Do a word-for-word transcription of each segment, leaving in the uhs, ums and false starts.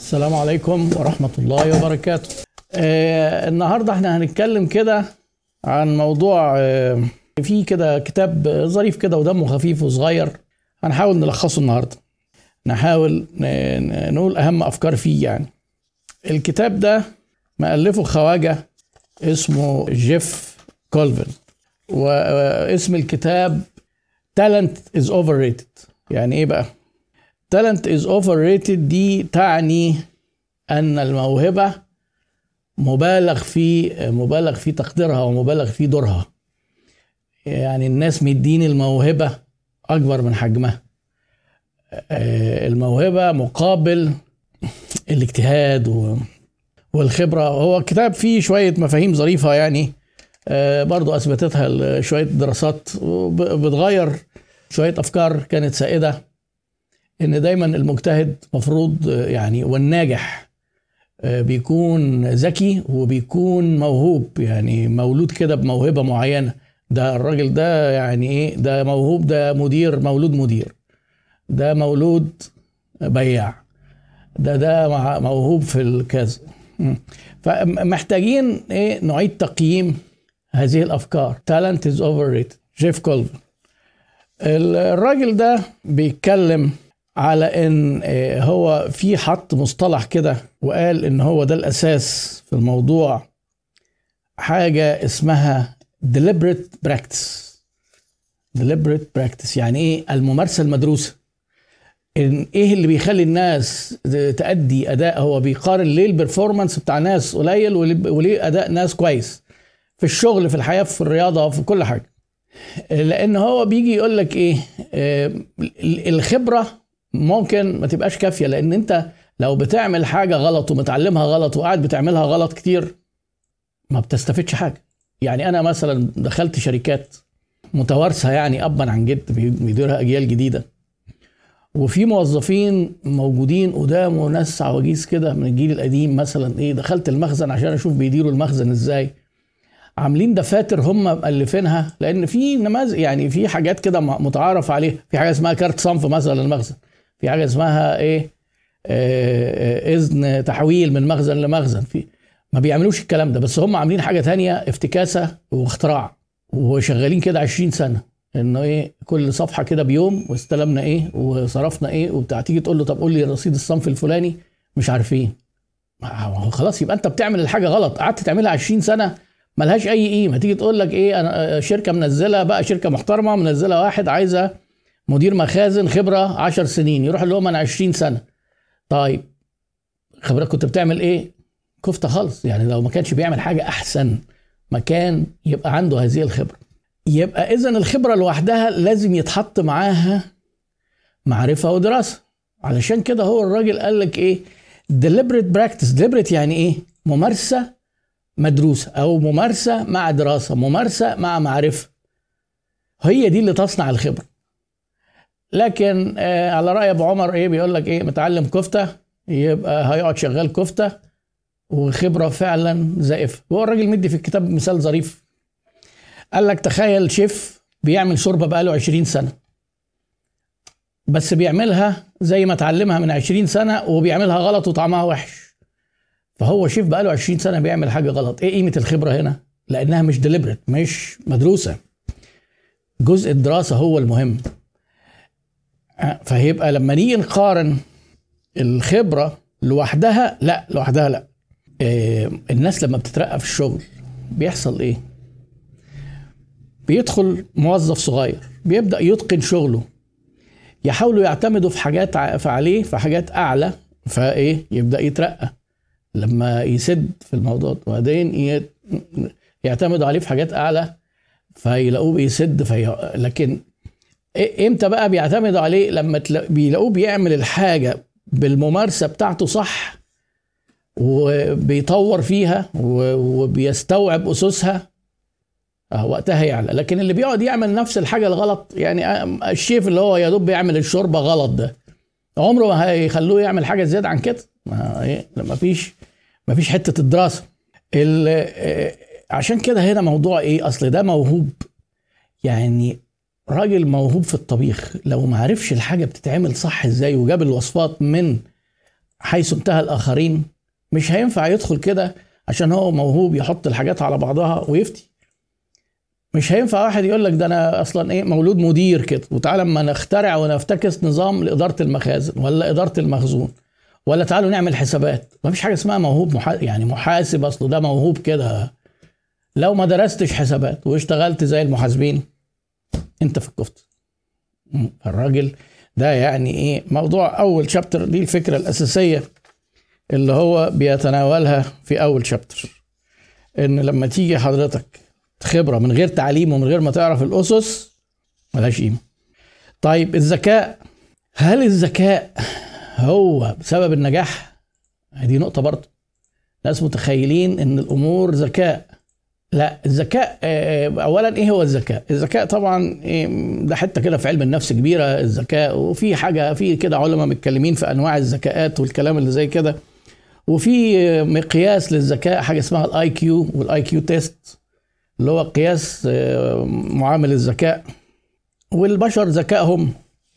السلام عليكم ورحمة الله وبركاته. آه النهاردة احنا هنتكلم كده عن موضوع آه فيه كده كتاب ظريف كده ودمه خفيف وصغير. هنحاول نلخصه النهاردة، نحاول نقول أهم أفكار فيه. يعني الكتاب ده مؤلفه خواجة اسمه جيف كولفن، واسم الكتاب Talent is overrated. يعني ايه بقى Talent is overrated؟ دي تعني أن الموهبة مبالغ في مبالغ في تقديرها ومبالغ في دورها. يعني الناس مدين الموهبة أكبر من حجمها. الموهبة مقابل الاجتهاد والخبرة. هو الكتاب فيه شوية مفاهيم ظريفة، يعني برضو أثبتتها شوية دراسات وبتغير شوية أفكار كانت سائدة، إن دايما المجتهد مفروض يعني والناجح بيكون ذكي وبيكون موهوب، يعني مولود كده بموهبة معينة. ده الراجل ده يعني إيه، ده موهوب، ده مدير، مولود مدير، ده مولود بياع، ده ده موهوب في الكذا. فمحتاجين إيه نعيد تقييم هذه الأفكار. Talent is overrated. جيف كولفن الراجل ده بيتكلم على ان هو في حط مصطلح كده وقال ان هو ده الاساس في الموضوع، حاجة اسمها deliberate practice. deliberate practice يعني ايه؟ الممارسة المدروسة. إن ايه اللي بيخلي الناس تأدي اداء؟ هو بيقارن ليه البرفورمانس بتاع ناس قليل وليه اداء ناس كويس في الشغل، في الحياة، في الرياضة، في كل حاجة. لان هو بيجي يقول لك ايه، الخبرة ممكن ما تبقاش كافية، لان انت لو بتعمل حاجة غلط ومتعلمها غلط وقاعد بتعملها غلط كتير ما بتستفدش حاجة. يعني انا مثلا دخلت شركات متوارثة، يعني ابا عن جد بيديرها اجيال جديدة، وفي موظفين موجودين قدام وناس عواجيز كده من الجيل القديم. مثلا ايه، دخلت المخزن عشان اشوف بيديروا المخزن ازاي، عاملين دفاتر هم مؤلفينها، لان في نماذج، يعني في حاجات كده متعارف عليها. في حاجه اسمها كارت صنف مثلا للمخزن، في حاجه اسمها ايه آه اذن تحويل من مخزن لمخزن. في ما بيعملوش الكلام ده، بس هم عاملين حاجه تانية افتكاسه واختراع، وشغالين كده عشرين سنه انه ايه، كل صفحه كده بيوم واستلمنا ايه وصرفنا ايه وبتاع. تيجي تقول له طب قول لي رصيد الصنف الفلاني، مش عارفين. خلاص، يبقى انت بتعمل الحاجه غلط، قعدت تعملها عشرين سنه ملهاش اي قيمه. تيجي تقول لك ايه، انا شركه منزله بقى، شركه محترمه منزله واحد عايزه مدير مخازن خبره عشر سنين، يروح لهم انا عشرين سنه. طيب خبرك كنت بتعمل ايه؟ كفته خالص. يعني لو ما كانش بيعمل حاجه احسن ما كان يبقى عنده هذه الخبره. يبقى اذن الخبره لوحدها لازم يتحط معاها معرفه ودراسه. علشان كده هو الراجل قال لك ايه، deliberate practice. deliberate يعني ايه؟ ممارسه مدروسة، أو ممارسة مع دراسة، ممارسة مع معرفة. هي دي اللي تصنع الخبرة. لكن آه على رأي أبو عمر إيه، بيقول لك إيه، متعلم كفتة يبقى هيقعد شغال كفتة وخبرة فعلا زائفة. هو الراجل مدي في الكتاب مثال ظريف، قال لك تخيل شيف بيعمل شوربة بقاله عشرين سنة، بس بيعملها زي ما اتعلمها من عشرين سنة وبيعملها غلط وطعمها وحش. فهو شيف بقاله عشرين سنة بيعمل حاجة غلط. ايه قيمة الخبرة هنا؟ لانها مش ديليبريت، مش مدروسة. جزء الدراسة هو المهم. فهيبقى لما نيجي نقارن الخبرة لوحدها، لا لوحدها لا. إيه الناس لما بتترقى في الشغل بيحصل ايه؟ بيدخل موظف صغير بيبدأ يتقن شغله، يحاولوا يعتمدوا في حاجات عليه في حاجات اعلى، فايه يبدأ يترقى لما يسد في الموضوع، وبعدين يعتمدوا عليه في حاجات اعلى فيلاقوه بيسد في. لكن امتى بقى بيعتمدوا عليه؟ لما بيلاقوه بيعمل الحاجه بالممارسه بتاعته صح، وبيطور فيها وبيستوعب اسسها، وقتها يعلى. لكن اللي بيقعد يعمل نفس الحاجه الغلط، يعني الشيف اللي هو يا دوب بيعمل الشوربه غلط ده، عمره ما هيخلوه يعمل حاجه زياده عن كده. ما فيش ما فيش حته الدراسه. عشان كده هنا موضوع ايه، اصل ده موهوب. يعني راجل موهوب في الطبيخ، لو ما عرفش الحاجة بتتعمل صح ازاي وجاب الوصفات من حيث انتهى الآخرين. مش هينفع يدخل كده عشان هو موهوب يحط الحاجات على بعضها ويفتي. مش هينفع واحد يقول لك ده انا اصلا ايه مولود مدير كده، وتعالى اما نخترع ونفتكس نظام لإدارة المخازن ولا إدارة المخزون، ولا تعالوا نعمل حسابات. ما فيش حاجة اسمها موهوب محا... يعني محاسب اصله ده موهوب كده. لو ما درستش حسابات واشتغلت زي المحاسبين انت في الكفت. الراجل ده يعني ايه موضوع اول شابتر. دي الفكرة الاساسية اللي هو بيتناولها في اول شابتر، ان لما تيجي حضرتك خبرة من غير تعليم ومن غير ما تعرف الاسس ملهاش قيمة. طيب الذكاء، هل الذكاء هو سبب النجاح؟ دي نقطة برضه. ناس متخيلين ان الامور ذكاء. لا، الذكاء اولا ايه هو الذكاء؟ الذكاء طبعا ده حته كده في علم النفس كبيره الذكاء، وفي حاجه في كده علماء متكلمين في انواع الذكاءات والكلام اللي زي كده. وفي مقياس للذكاء حاجه اسمها الاي كيو والاي كيو تيست اللي هو قياس معامل الذكاء. والبشر ذكائهم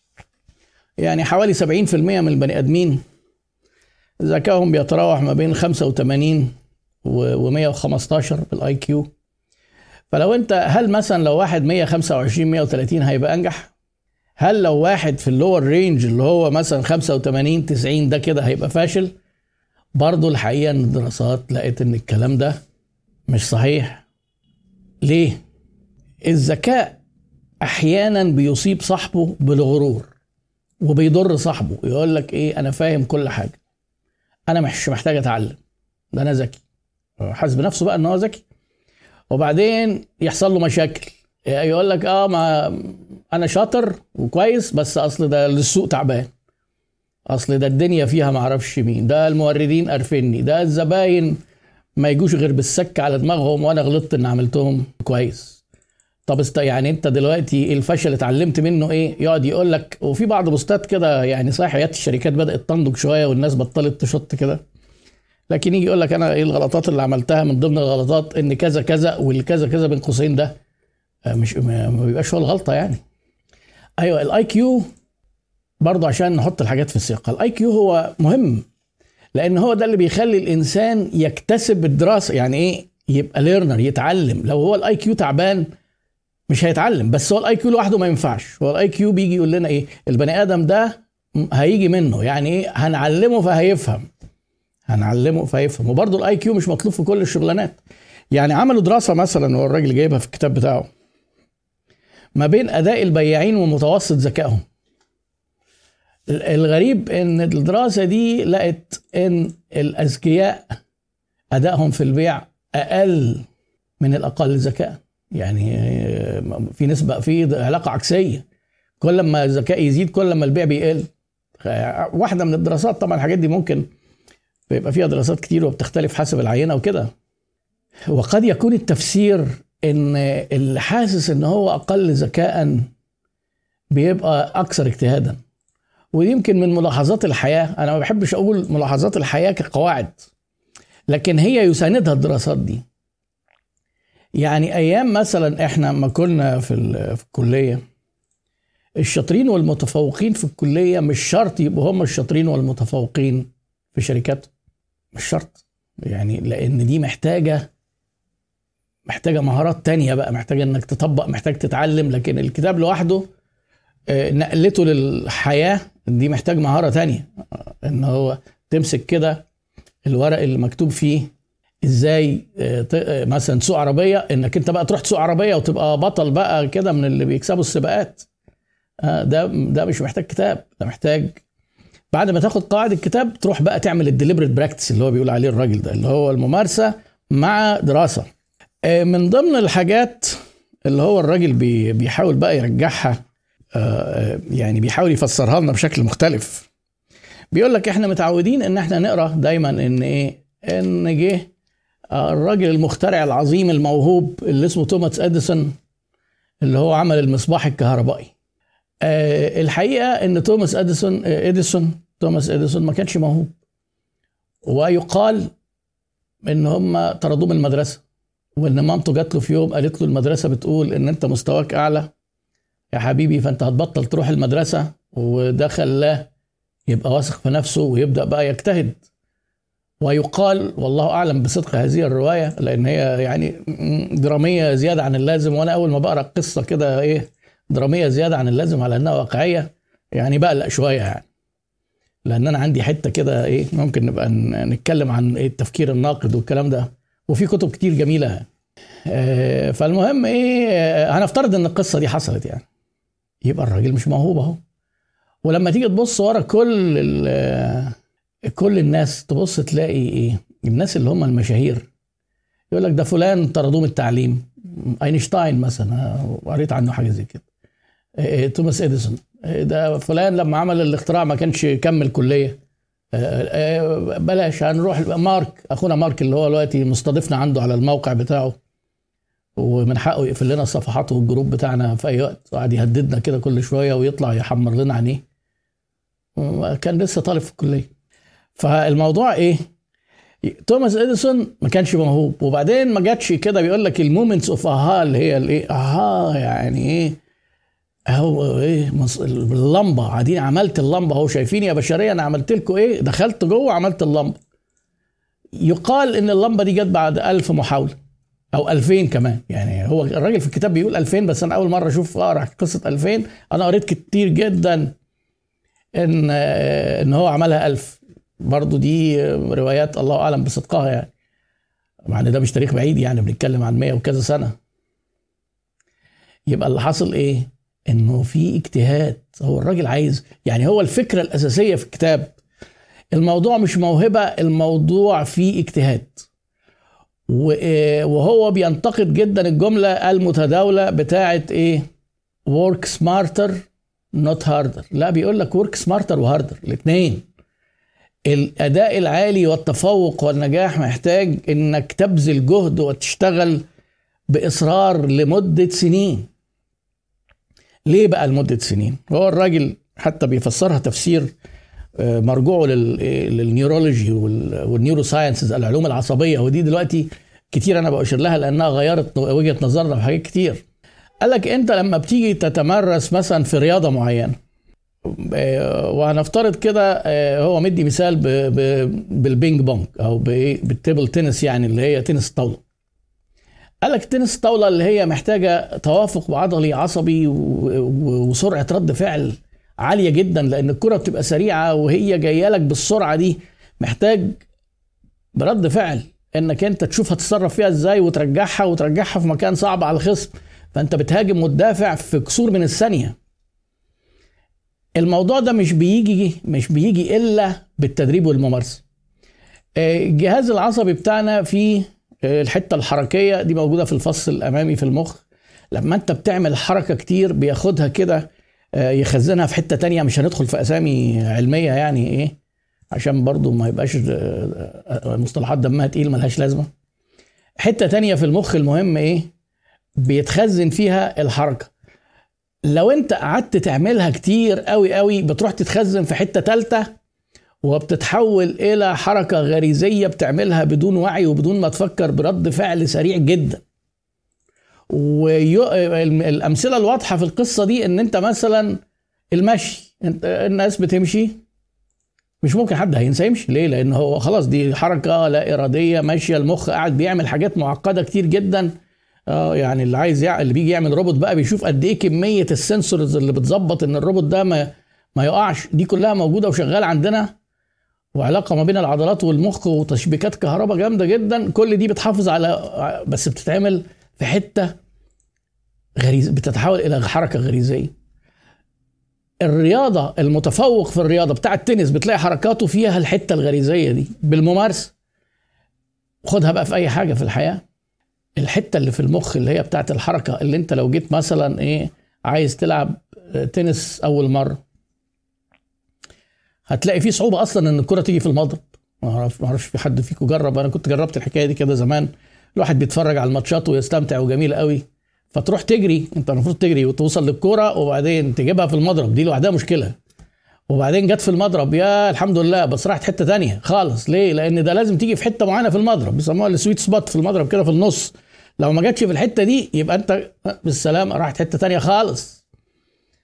يعني حوالي سبعين في المية من البني ادمين ذكائهم بيتراوح ما بين خمسة وثمانين ومية وخمستاشر بالاي كيو. فلو انت هل مثلا لو واحد مية وخمسة وعشرين مية وثلاثين هيبقى انجح؟ هل لو واحد في اللور رينج اللي هو مثلا خمسة وثمانين تسعين ده كده هيبقى فاشل؟ برضو الحقيقة ان الدراسات لقيت ان الكلام ده مش صحيح. ليه؟ الذكاء احيانا بيصيب صاحبه بالغرور وبيضر صاحبه. يقول لك ايه انا فاهم كل حاجة، انا مش محتاج اتعلم، ده انا ذكي، حاسب نفسه بقى ان هو ذكي. وبعدين يحصل له مشاكل، يقول لك اه ما انا شاطر وكويس بس اصل ده السوق تعبان، اصل ده الدنيا فيها ما اعرفش مين، ده الموردين قرفني، ده الزباين ما يجوش غير بالسك على دماغهم وانا غلطت ان عملتهم كويس. طب است يعني انت دلوقتي الفشل اتعلمت منه ايه؟ يقعد يقول لك. وفي بعض بوستات كده يعني صحيح حياة الشركات بدأت تنضج شوية والناس بطلت تشط كده، لكن يجي يقول لك انا ايه الغلطات اللي عملتها. من ضمن الغلطات ان كذا كذا والكذا كذا بين قوسين ده مش ما بيبقاش هو الغلطه يعني. ايوه الاي كيو برضه عشان نحط الحاجات في السياق. الاي كيو هو مهم لان هو ده اللي بيخلي الانسان يكتسب الدراسه. يعني ايه يبقى ليرنر يتعلم؟ لو هو الاي كيو تعبان مش هيتعلم. بس هو الاي كيو لوحده ما ينفعش. هو الاي كيو بيجي يقول لنا ايه البني ادم ده هيجي منه، يعني ايه هنعلمه فهيفهم، هنعلمه فيفهم. وبرضه الاي كيو مش مطلوب في كل الشغلانات. يعني عملوا دراسه مثلا والراجل جايبها في الكتاب بتاعه ما بين اداء البياعين ومتوسط ذكائهم. الغريب ان الدراسه دي لقت ان الاذكياء ادائهم في البيع اقل من الاقل ذكاء. يعني في نسبه في علاقه عكسيه، كل ما الذكاء يزيد كل ما البيع بيقل. واحده من الدراسات طبعا الحاجات دي ممكن بيبقى فيها دراسات كتير وبتختلف حسب العينة وكده. وقد يكون التفسير ان اللي حاسس ان هو اقل ذكاء بيبقى اكثر اجتهادا. ويمكن من ملاحظات الحياة، انا ما بحبش اقول ملاحظات الحياة كقواعد، لكن هي يساندها الدراسات دي. يعني ايام مثلا احنا ما كنا في, في الكلية، الشاطرين والمتفوقين في الكلية مش شرط يبقوا هم الشاطرين والمتفوقين في شركات، مش شرط. يعني لان دي محتاجة محتاجة مهارات تانية بقى، محتاجة انك تطبق، محتاج تتعلم. لكن الكتاب لوحده نقلته للحياة دي محتاج مهارة تانية، ان هو تمسك كده الورق اللي مكتوب فيه ازاي مثلا تسوق عربية، انك انت بقى تروح تسوق عربية وتبقى بطل بقى كده من اللي بيكسبوا السباقات. ده ده مش محتاج كتاب، ده محتاج بعد ما تاخد قواعد الكتاب تروح بقى تعمل الديليبريت براكتس اللي هو بيقول عليه الراجل ده، اللي هو الممارسة مع دراسة. من ضمن الحاجات اللي هو الراجل بيحاول بقى يرجعها، يعني بيحاول يفسرها لنا بشكل مختلف. بيقول لك احنا متعودين ان احنا نقرأ دايما ان ايه ان جه الراجل المخترع العظيم الموهوب اللي اسمه توماس اديسون اللي هو عمل المصباح الكهربائي. الحقيقة ان توماس اديسون اديسون توماس اديسون ما كانش موهوب، ويقال ان هم طردوه من المدرسة، وان مامته جات له في يوم قالت له المدرسة بتقول ان انت مستواك اعلى يا حبيبي فانت هتبطل تروح المدرسة. وده خلاه يبقى واثق في نفسه ويبدأ بقى يجتهد. ويقال والله أعلم بصدق هذه الرواية، لأن هي يعني درامية زيادة عن اللازم، وأنا أول ما بقرأ قصة كده إيه درامية زيادة عن اللازم على أنها واقعية يعني بقلق شوية يعني، لأن أنا عندي حتة كده إيه ممكن نبقى نتكلم عن إيه التفكير الناقد والكلام ده، وفي كتب كتير جميلة. آه فالمهم إيه آه هنفترض إن القصة دي حصلت يعني، يبقى الراجل مش موهوب أهو. ولما تيجي تبص ورا كل كل الناس تبص تلاقي ايه الناس اللي هم المشاهير، يقول لك ده فلان طردوه من التعليم، اينشتاين مثلا قريت عنه حاجه زي كده، إيه توماس اديسون، إيه ده فلان لما عمل الاختراع ما كانش كمل كليه، إيه بلاش هنروح مارك اخونا مارك اللي هو دلوقتي مستضيفنا عنده على الموقع بتاعه، ومن حقه يقفل لنا صفحاته والجروب بتاعنا في اي وقت، قاعد يهددنا كده كل شويه ويطلع يحمر لنا عينيه، كان لسه طالب في الكليه. فالموضوع ايه توماس اديسون ما كانش موهوب، وبعدين ما جاتش كده بيقول لك المومنتس اوف اها اللي هي الايه اها يعني ايه هو ايه اللمبه قاعدين عملت اللمبه اهو شايفين يا بشريه انا عملت لكم ايه دخلت جوه عملت اللمبه. يقال ان اللمبه دي جت بعد ألف محاوله او ألفين كمان، يعني هو الراجل في الكتاب بيقول ألفين بس انا اول مره اشوف اقرا قصه ألفين، انا قريت كتير جدا ان ان هو عملها ألف، برضو دي روايات الله اعلم بصدقها يعني، مع ان ده مش تاريخ بعيد يعني بنتكلم عن مية وكذا سنه. يبقى اللي حصل ايه انه في اجتهاد، هو الراجل عايز يعني، هو الفكره الاساسيه في الكتاب الموضوع مش موهبه، الموضوع فيه اجتهاد. وهو بينتقد جدا الجمله المتداوله بتاعه ايه work smarter not harder، لا بيقول لك work smarter وهاردر الاثنين. الاداء العالي والتفوق والنجاح محتاج انك تبذل جهد وتشتغل باصرار لمده سنين. ليه بقى لمده سنين؟ هو الراجل حتى بيفسرها تفسير مرجوعه للنيورولوجي والنيورو ساينسز العلوم العصبيه، ودي دلوقتي كتير انا بأشير لها لانها غيرت وجهه نظرنا في حاجات كتير. قال لك انت لما بتيجي تتمرس مثلا في رياضه معينه، وهنفترض كده هو مدي مثال بالبينج بونج او بالتيبل تنس يعني اللي هي تنس الطاوله. قال لك تنس الطاوله اللي هي محتاجه توافق عضلي عصبي وسرعه رد فعل عاليه جدا، لان الكره بتبقى سريعه وهي جايه لك بالسرعه دي، محتاج برد فعل انك انت تشوف هتتصرف فيها ازاي وترجعها وترجعها في مكان صعب على الخصم، فانت بتهاجم وتدافع في كسور من الثانيه. الموضوع ده مش بيجي مش بيجي الا بالتدريب والممارسه. الجهاز العصبي بتاعنا فيه الحته الحركيه دي موجوده في الفص الامامي في المخ، لما انت بتعمل حركه كتير بياخدها كده يخزنها في حته تانية، مش هندخل في اسامي علميه يعني ايه عشان برضو ما يبقاش مصطلحات دمها تقيل ملهاش لازمه. حته تانية في المخ المهم ايه بيتخزن فيها الحركه، لو انت قعدت تعملها كتير قوي قوي بتروح تتخزن في حته ثالثه وبتتحول الى حركه غريزيه بتعملها بدون وعي وبدون ما تفكر برد فعل سريع جدا. والامثله الواضحه في القصه دي ان انت مثلا المشي، انت الناس بتمشي مش ممكن حد هينسى يمشي، ليه؟ لان هو خلاص دي حركه لا اراديه ماشيه، المخ قاعد بيعمل حاجات معقده كتير جدا. اه يعني اللي عايز يع... اللي بيجي يعمل روبوت بقى بيشوف قد ايه كميه السنسورز اللي بتظبط ان الروبوت ده ما ما يقعش، دي كلها موجوده وشغاله عندنا، وعلاقه ما بين العضلات والمخ وتشبيكات كهرباء جامده جدا، كل دي بتحافظ على، بس بتتعمل في حته غريزه بتتحول الى حركه غريزيه. الرياضه المتفوق في الرياضه بتاع التنس بتلاقي حركاته فيها الحته الغريزيه دي بالممارسه. خدها بقى في اي حاجه في الحياه، الحته اللي في المخ اللي هي بتاعت الحركه، اللي انت لو جيت مثلا ايه عايز تلعب تنس اول مره هتلاقي فيه صعوبه اصلا ان الكره تيجي في المضرب. ما اعرف ما اعرفش في حد فيكم جرب، انا كنت جربت الحكايه دي كده زمان، الواحد بيتفرج على الماتشات ويستمتع وجميل قوي، فتروح تجري، انت المفروض تجري وتوصل للكره وبعدين تجيبها في المضرب، دي لوحدها مشكله. وبعدين جت في المضرب يا الحمد لله، بس راحت حته تانية خالص. ليه؟ لان ده لازم تيجي في حته معينه في المضرب بيسموها السويت سبوت في المضرب كده في النص، لو ما جاتش في الحته دي يبقى انت بالسلامه راحت حته تانية خالص.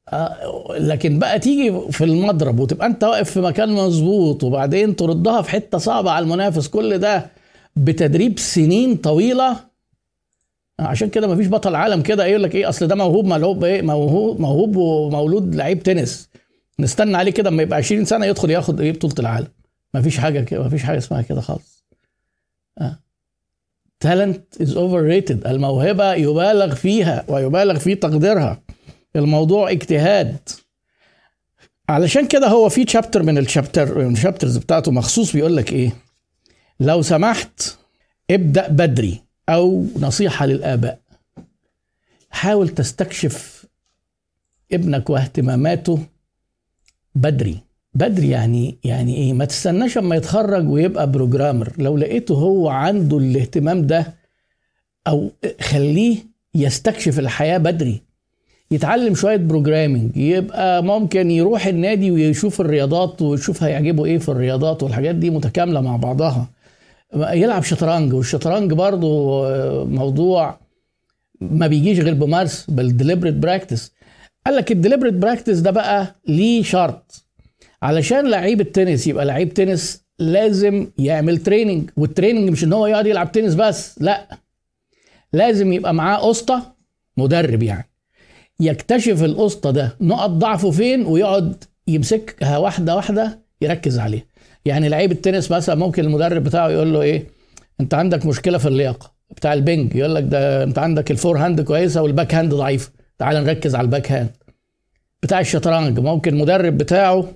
آه لكن بقى تيجي في المضرب وتبقى انت واقف في مكان مظبوط وبعدين تردها في حتة صعبة على المنافس، كل ده بتدريب سنين طويلة. عشان كده مفيش بطل عالم كده يقول لك ايه اصل ده موهوب ملعوب ايه موهوب موهوب ومولود لعيب تنس نستنى عليه كده اما يبقى عشرين سنة يدخل ياخد ايه بطولة العالم. مفيش حاجة كده، مفيش حاجة اسمها كده خالص. آه. talent is overrated. الموهبة يبالغ فيها ويبالغ في تقديرها. الموضوع اجتهاد. علشان كده هو في chapter من الشابتر من الشابترز بتاعته مخصوص بيقول لك ايه، لو سمحت ابدأ بدري. او نصيحة للآباء، حاول تستكشف ابنك واهتماماته بدري. بدري يعني يعني ايه؟ ما تستناش اما يتخرج ويبقى بروجرامر. لو لقيته هو عنده الاهتمام ده، او خليه يستكشف الحياة بدري، يتعلم شوية بروجرامينج، يبقى ممكن يروح النادي ويشوف الرياضات ويشوف هيعجبه ايه في الرياضات، والحاجات دي متكاملة مع بعضها. يلعب شطرنج، والشطرنج برضو موضوع ما بيجيش غير بمارس بالديليبريت براكتس. قال لك الديليبريت براكتس ده بقى ليه شرط. علشان لعيب التنس يبقى لعيب تنس لازم يعمل تريننج، والتريننج مش ان هو يقعد يلعب تنس بس، لا، لازم يبقى معاه اسطى مدرب، يعني يكتشف الاسطى ده نقط ضعفه فين ويقعد يمسكها واحده واحده يركز عليها. يعني لعيب التنس مثلا ممكن المدرب بتاعه يقول له ايه، انت عندك مشكله في اللياقه. بتاع البنج يقول لك ده انت عندك الفور هاند كويسه والباك هاند ضعيف، تعال نركز على الباك هاند. بتاع الشطرنج ممكن المدرب بتاعه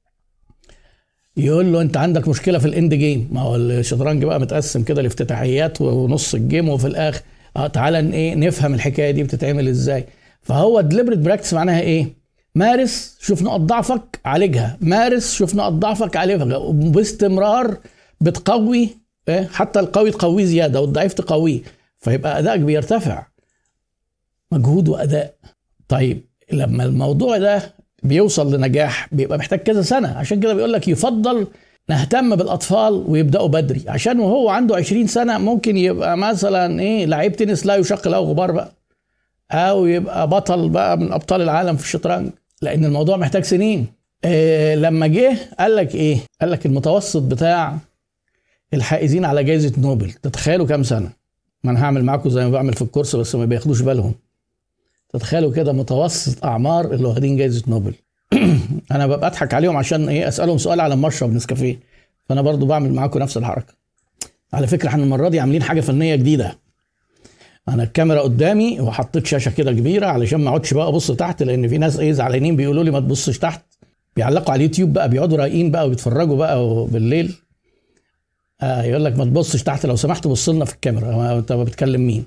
يقول له انت عندك مشكله في الاند جيم. ما هو الشطرنج بقى متقسم كده لافتتاحيات ونص الجيم وفي الاخر اه تعال ايه نفهم الحكايه دي بتتعمل ازاي. فهو ديليبريت براكتس معناها ايه؟ مارس، شوف نقط ضعفك عالجها، مارس شوف نقط ضعفك عالجها، وباستمرار بتقوي إيه؟ حتى القوي تقويه زياده والضعيف تقويه، فيبقى ادائك بيرتفع. مجهود واداء. طيب لما الموضوع ده بيوصل لنجاح بيبقى محتاج كذا سنه. عشان كده بيقول لك يفضل نهتم بالاطفال ويبداوا بدري، عشان وهو عنده عشرين سنه ممكن يبقى مثلا ايه لعيب تنس لا يشق له غبار بقى، او يبقى بطل بقى من ابطال العالم في الشطرنج، لان الموضوع محتاج سنين. إيه لما جه قال لك ايه؟ قال لك المتوسط بتاع الحائزين على جائزة نوبل، تتخيلوا كام سنة؟ ما انا هعمل معاكم زي ما بعمل في الكورس بس ما بياخدوش بالهم. تتخيلوا كده متوسط اعمار اللي واخدين جائزة نوبل. انا ببقى اضحك عليهم عشان ايه؟ اسالهم سؤال على ما اشرب نسكافيه، فانا برضو بعمل معاكم نفس الحركة. على فكرة احنا المرة دي عاملين حاجة فنية جديدة. انا الكاميرا قدامي وحطيت شاشة كده كبيرة علشان ما اقعدش بقى ابص تحت، لان في ناس ايه زعلانين بيقولوا لي ما تبصش تحت، بيعلقوا على اليوتيوب بقى، بيقعدوا رايقين بقى وبيتفرجوا بقى بالليل. آه يقول لك ما تبصش تحت لو سمحت، بص لنا في الكاميرا، انت بتكلم مين؟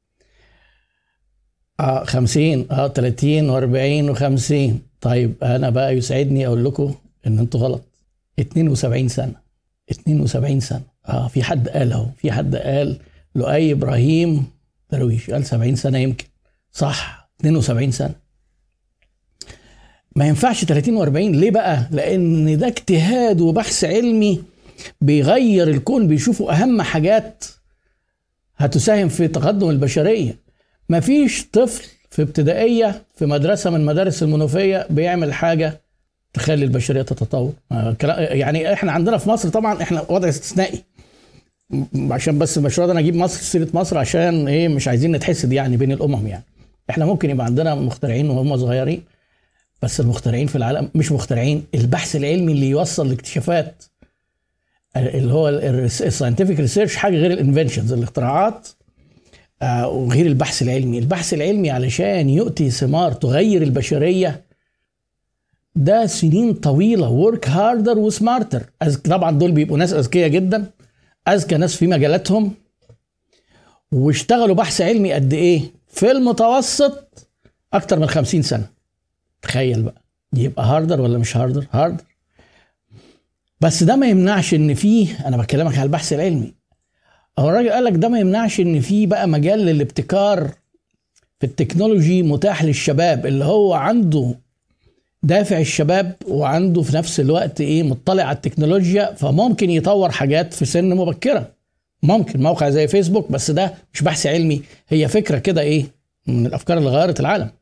اه خمسين، اه تلاتين واربعين وخمسين. طيب انا بقى يسعدني اقول لكم ان انتوا غلط. اتنين وسبعين سنة، اتنين وسبعين سنة. اه في حد قال اهو، في حد قال لؤي ابراهيم درويش قال سبعين سنة يمكن، صح، اتنين وسبعين سنة. ما ينفعش تلاتين واربعين. ليه بقى؟ لان ده اجتهاد وبحث علمي بيغير الكون، بيشوفوا اهم حاجات هتساهم في تقدم البشرية. مفيش طفل في ابتدائية في مدرسة من مدارس المنوفية بيعمل حاجة تخلي البشرية تتطور. يعني احنا عندنا في مصر طبعا احنا وضع استثنائي، عشان بس مش راضي انا اجيب مصر سيرة مصر عشان ايه مش عايزين نتحسد يعني بين الامم. يعني احنا ممكن يبقى عندنا مخترعين وهم صغيرين، بس المخترعين في العالم مش مخترعين، البحث العلمي اللي يوصل لاكتشافات اللي هو الساينتفك ريسيرش حاجه غير الانفنشنز الاختراعات آه وغير البحث العلمي. البحث العلمي علشان يؤتي ثمار تغير البشريه ده سنين طويله، work harder وسمارتر. طبعا دول بيبقوا ناس اذكياء جدا، اذكى ناس في مجالاتهم، واشتغلوا بحث علمي قد ايه؟ في المتوسط اكتر من خمسين سنه. تخيل بقى، يبقى هاردر ولا مش هاردر؟ هاردر. بس ده ما يمنعش ان فيه، انا بكلمك على البحث العلمي، هو الراجل قال لك ده ما يمنعش ان فيه بقى مجال للابتكار في التكنولوجي متاح للشباب اللي هو عنده دافع الشباب وعنده في نفس الوقت ايه مطلع على التكنولوجيا، فممكن يطور حاجات في سن مبكرة. ممكن موقع زي فيسبوك، بس ده مش بحث علمي، هي فكرة كده ايه من الافكار اللي غيرت العالم.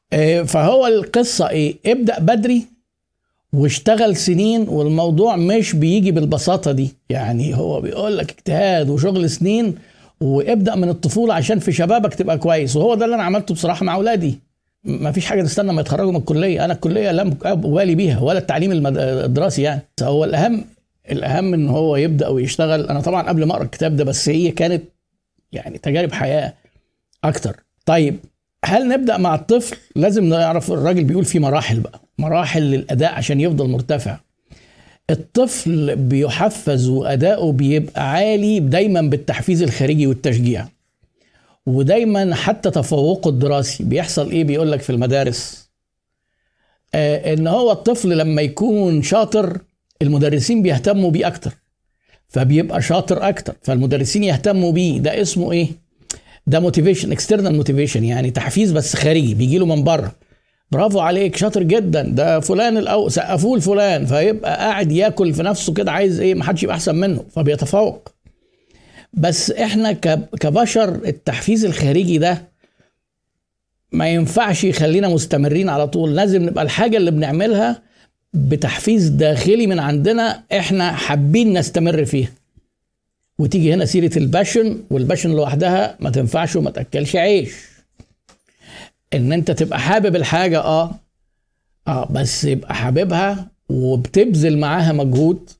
فهو القصة ايه؟ ابدأ بدري واشتغل سنين، والموضوع مش بيجي بالبساطة دي. يعني هو بيقول لك اجتهاد وشغل سنين، وابدأ من الطفولة عشان في شبابك تبقى كويس. وهو ده اللي انا عملته بصراحة مع اولادي. ما فيش حاجة تستنى ما يتخرجوا من الكلية. انا الكلية لم أبالي بيها ولا التعليم الدراسي. يعني هو الاهم الاهم ان هو يبدأ ويشتغل. انا طبعا قبل ما اقرا الكتاب ده، بس هي كانت يعني تجارب حياة اكتر. طيب هل نبدأ مع الطفل؟ لازم نعرف الراجل بيقول في مراحل بقى، مراحل للأداء عشان يفضل مرتفع. الطفل بيحفز وأداؤه بيبقى عالي دايما بالتحفيز الخارجي والتشجيع، ودايما حتى تفوقه الدراسي بيحصل ايه؟ بيقول لك في المدارس آه ان هو الطفل لما يكون شاطر المدرسين بيهتموا بيه اكتر، فبيبقى شاطر اكتر، فالمدرسين يهتموا بيه. ده اسمه ايه؟ ده موتيفيشن، اكسترنال موتيفيشن، يعني تحفيز بس خارجي بيجي له من بره. برافو عليك، شاطر جدا، ده فلان الاول، سقفوه لفلان، فيبقى قاعد ياكل في نفسه كده، عايز ايه؟ ما حدش يبقى احسن منه، فبيتفوق. بس احنا كبشر التحفيز الخارجي ده ما ينفعش يخلينا مستمرين على طول. لازم نبقى الحاجة اللي بنعملها بتحفيز داخلي من عندنا احنا حابين نستمر فيها. وتيجي هنا سيرة الباشن، والباشن لوحدها ما تنفعش وما تأكلش عيش. ان انت تبقى حابب الحاجة اه اه بس يبقى حاببها وبتبذل معاها مجهود.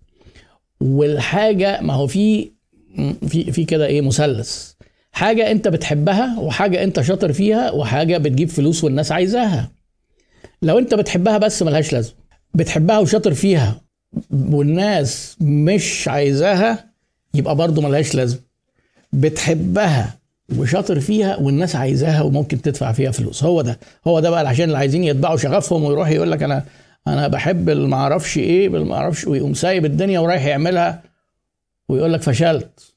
والحاجة ما هو في في في كده ايه، مثلث: حاجة انت بتحبها، وحاجة انت شاطر فيها، وحاجة بتجيب فلوس والناس عايزاها. لو انت بتحبها بس ملهاش لازمة، بتحبها وشاطر فيها والناس مش عايزاها يبقى برضو ملهاش لازمة. بتحبها وشاطر فيها والناس عايزاها وممكن تدفع فيها فلوس، هو ده هو ده بقى عشان اللي عايزين يتبعوا شغفهم ويروح يقول لك انا انا بحب المعرفش ايه بالمعرفش، ويقوم سايب الدنيا ورايح يعملها ويقول لك فشلت.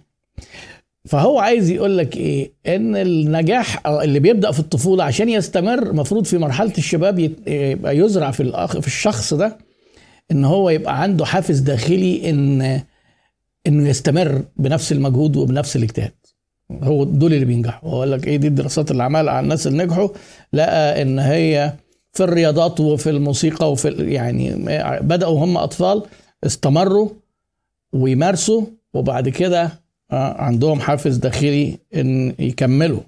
فهو عايز يقول لك ايه؟ ان النجاح اللي بيبدأ في الطفولة عشان يستمر مفروض في مرحلة الشباب يبقى يزرع في الاخ في الشخص ده ان هو يبقى عنده حافز داخلي ان انه يستمر بنفس المجهود وبنفس الاجتهاد. هو دول اللي بينجحوا. هو قال لك ايه؟ دي الدراسات اللي عملها على الناس اللي نجحوا، لقى ان هي في الرياضات وفي الموسيقى وفي يعني بدأوا هم اطفال، استمروا ويمارسوا، وبعد كده عندهم حافز داخلي ان يكملوا.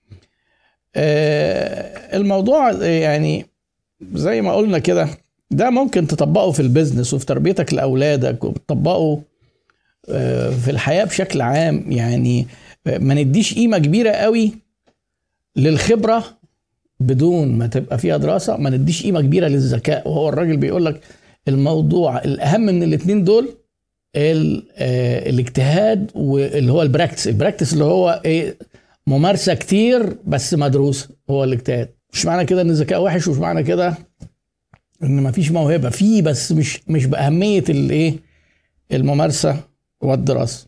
الموضوع يعني زي ما قلنا كده، ده ممكن تطبقه في البيزنس وفي تربيتك لأولادك، وتطبقه في الحياة بشكل عام. يعني ما نديش قيمة كبيرة قوي للخبرة بدون ما تبقى فيها دراسة، ما نديش قيمة كبيرة للذكاء. وهو الراجل بيقول لك الموضوع الأهم من الاتنين دول الاجتهاد، واللي هو البراكتس البراكتس اللي هو ايه؟ ممارسة كتير بس مدروسة، هو الاجتهاد. مش معنى كده ان الذكاء وحش، ومش معنى كده ان مفيش موهبة فيه، بس مش مش بأهمية الايه؟ الممارسة والدراسة.